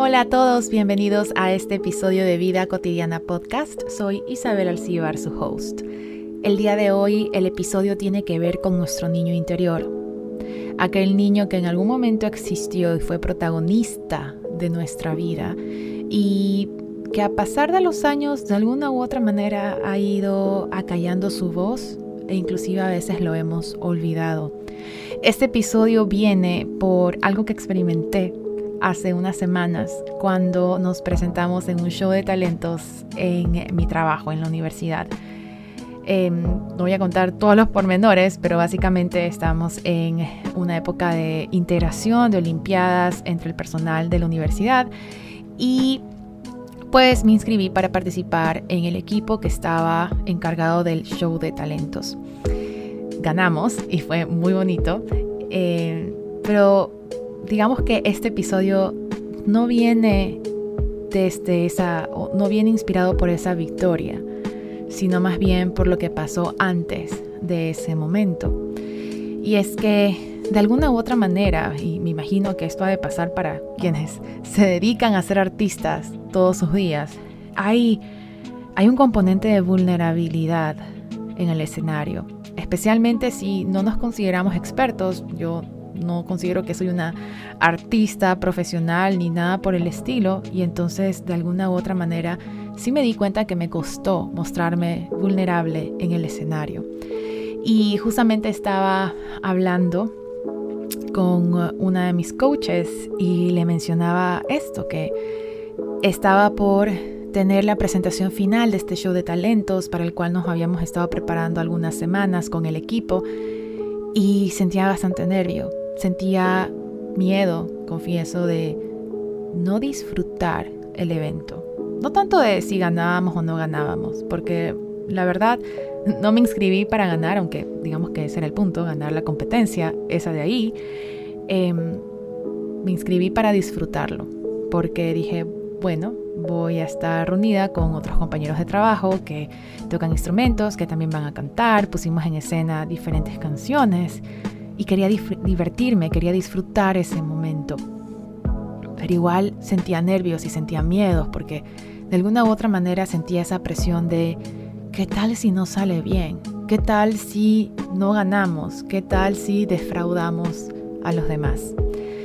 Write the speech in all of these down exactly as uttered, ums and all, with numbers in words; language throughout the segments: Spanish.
Hola a todos, bienvenidos a este episodio de Vida Cotidiana Podcast. Soy Isabel Alcíbar, su host. El día de hoy el episodio tiene que ver con nuestro niño interior. Aquel niño que en algún momento existió y fue protagonista de nuestra vida y que a pasar de los años de alguna u otra manera ha ido acallando su voz e inclusive a veces lo hemos olvidado. Este episodio viene por algo que experimenté hace unas semanas cuando nos presentamos en un show de talentos en mi trabajo en la universidad. Eh, no voy a contar todos los pormenores, pero básicamente estamos en una época de integración, de olimpiadas entre el personal de la universidad y pues me inscribí para participar en el equipo que estaba encargado del show de talentos. Ganamos y fue muy bonito, eh, pero digamos que este episodio no viene desde esa, no viene inspirado por esa victoria, sino más bien por lo que pasó antes de ese momento. Y es que de alguna u otra manera, y me imagino que esto ha de pasar para quienes se dedican a ser artistas todos sus días, hay, hay un componente de vulnerabilidad en el escenario, especialmente si no nos consideramos expertos. Yo no considero que soy una artista profesional ni nada por el estilo, y entonces de alguna u otra manera sí me di cuenta que me costó mostrarme vulnerable en el escenario. Y justamente estaba hablando con una de mis coaches y le mencionaba esto, que estaba por tener la presentación final de este show de talentos para el cual nos habíamos estado preparando algunas semanas con el equipo y sentía bastante nervio. Sentía miedo, confieso, de no disfrutar el evento. No tanto de si ganábamos o no ganábamos, porque la verdad no me inscribí para ganar, aunque digamos que ese era el punto, ganar la competencia, esa de ahí. Eh, me inscribí para disfrutarlo, porque dije, bueno, voy a estar reunida con otros compañeros de trabajo que tocan instrumentos, que también van a cantar, pusimos en escena diferentes canciones y quería dif- divertirme, quería disfrutar ese momento. Pero igual sentía nervios y sentía miedos porque de alguna u otra manera sentía esa presión de ¿qué tal si no sale bien? ¿Qué tal si no ganamos? ¿Qué tal si defraudamos a los demás?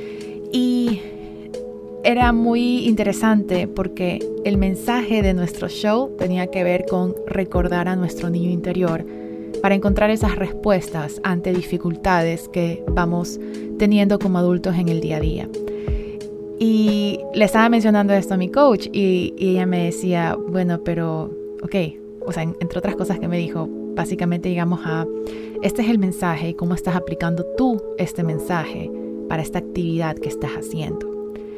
Y era muy interesante porque el mensaje de nuestro show tenía que ver con recordar a nuestro niño interior para encontrar esas respuestas ante dificultades que vamos teniendo como adultos en el día a día. Y le estaba mencionando esto a mi coach y, y ella me decía, bueno, pero, ok, o sea, entre otras cosas que me dijo, básicamente llegamos a, este es el mensaje y cómo estás aplicando tú este mensaje para esta actividad que estás haciendo.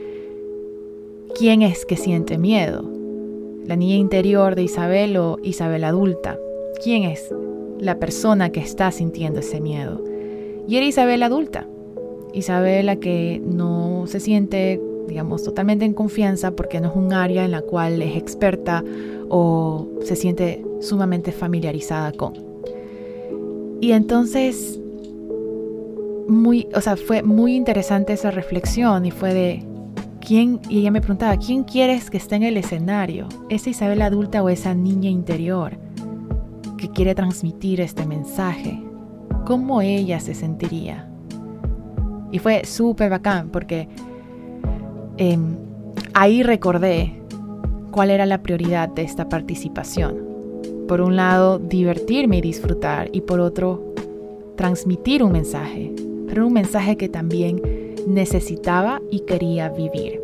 ¿Quién es que siente miedo? ¿La niña interior de Isabel o Isabel adulta? ¿Quién es la persona que está sintiendo ese miedo? Y era Isabel adulta. Isabel la que no se siente, digamos, totalmente en confianza porque no es un área en la cual es experta o se siente sumamente familiarizada con. Y entonces, muy, o sea, fue muy interesante esa reflexión y fue de quién, y ella me preguntaba, ¿quién quieres que esté en el escenario? ¿Esa Isabel adulta o esa niña interior que quiere transmitir este mensaje? ¿Cómo ella se sentiría? Y fue súper bacán porque eh, ahí recordé cuál era la prioridad de esta participación. Por un lado, divertirme y disfrutar, y por otro, transmitir un mensaje, pero un mensaje que también necesitaba y quería vivir.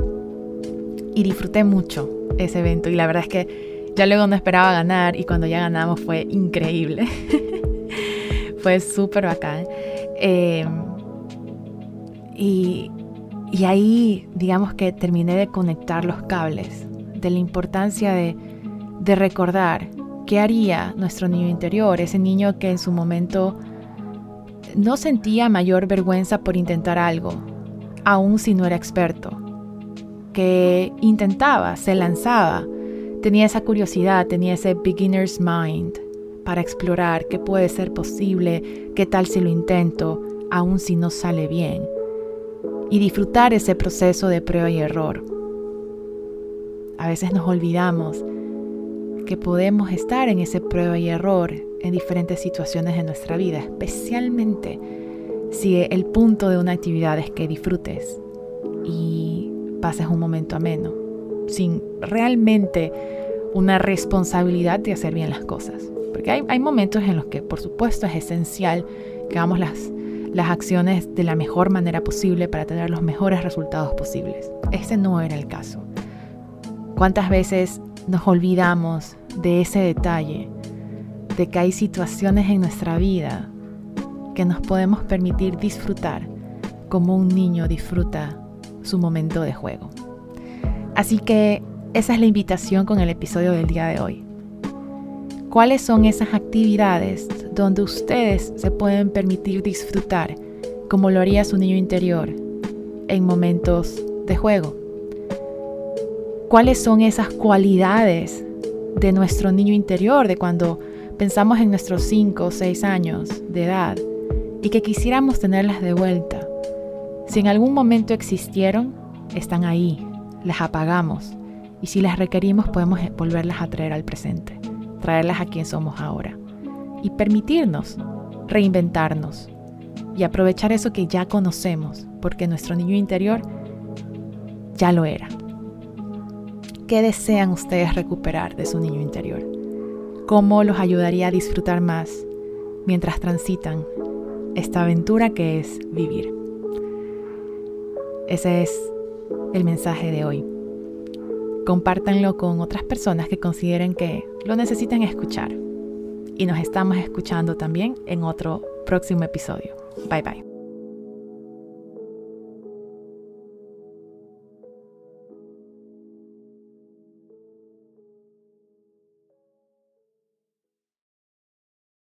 Y disfruté mucho ese evento, y la verdad es que ya luego no esperaba ganar, y cuando ya ganamos fue increíble. Fue súper bacán. Eh, y, y ahí, digamos que terminé de conectar los cables de la importancia de, de recordar qué haría nuestro niño interior, ese niño que en su momento no sentía mayor vergüenza por intentar algo, aun si no era experto, que intentaba, se lanzaba, tenía esa curiosidad, tenía ese beginner's mind para explorar qué puede ser posible, qué tal si lo intento, aun si no sale bien, y disfrutar ese proceso de prueba y error. a veces nos olvidamos que podemos estar en ese prueba y error en diferentes situaciones de nuestra vida, especialmente si el punto de una actividad es que disfrutes y pases un momento ameno, sin realmente una responsabilidad de hacer bien las cosas. Porque hay, hay momentos en los que, por supuesto, es esencial que hagamos las, las acciones de la mejor manera posible para tener los mejores resultados posibles. Ese no era el caso. ¿Cuántas veces nos olvidamos de ese detalle, de que hay situaciones en nuestra vida que nos podemos permitir disfrutar como un niño disfruta su momento de juego? Así que esa es la invitación con el episodio del día de hoy. ¿Cuáles son esas actividades donde ustedes se pueden permitir disfrutar como lo haría su niño interior en momentos de juego? ¿Cuáles son esas cualidades de nuestro niño interior, de cuando pensamos en nuestros cinco o seis años de edad y que quisiéramos tenerlas de vuelta? Si en algún momento existieron, están ahí, las apagamos, y si las requerimos podemos volverlas a traer al presente, traerlas a quien somos ahora y permitirnos reinventarnos y aprovechar eso que ya conocemos, porque nuestro niño interior ya lo era. ¿Qué desean ustedes recuperar de su niño interior? ¿Cómo los ayudaría a disfrutar más mientras transitan esta aventura que es vivir? Ese es el mensaje de hoy. Compártanlo con otras personas que consideren que lo necesitan escuchar. Y nos estamos escuchando también en otro próximo episodio. Bye bye.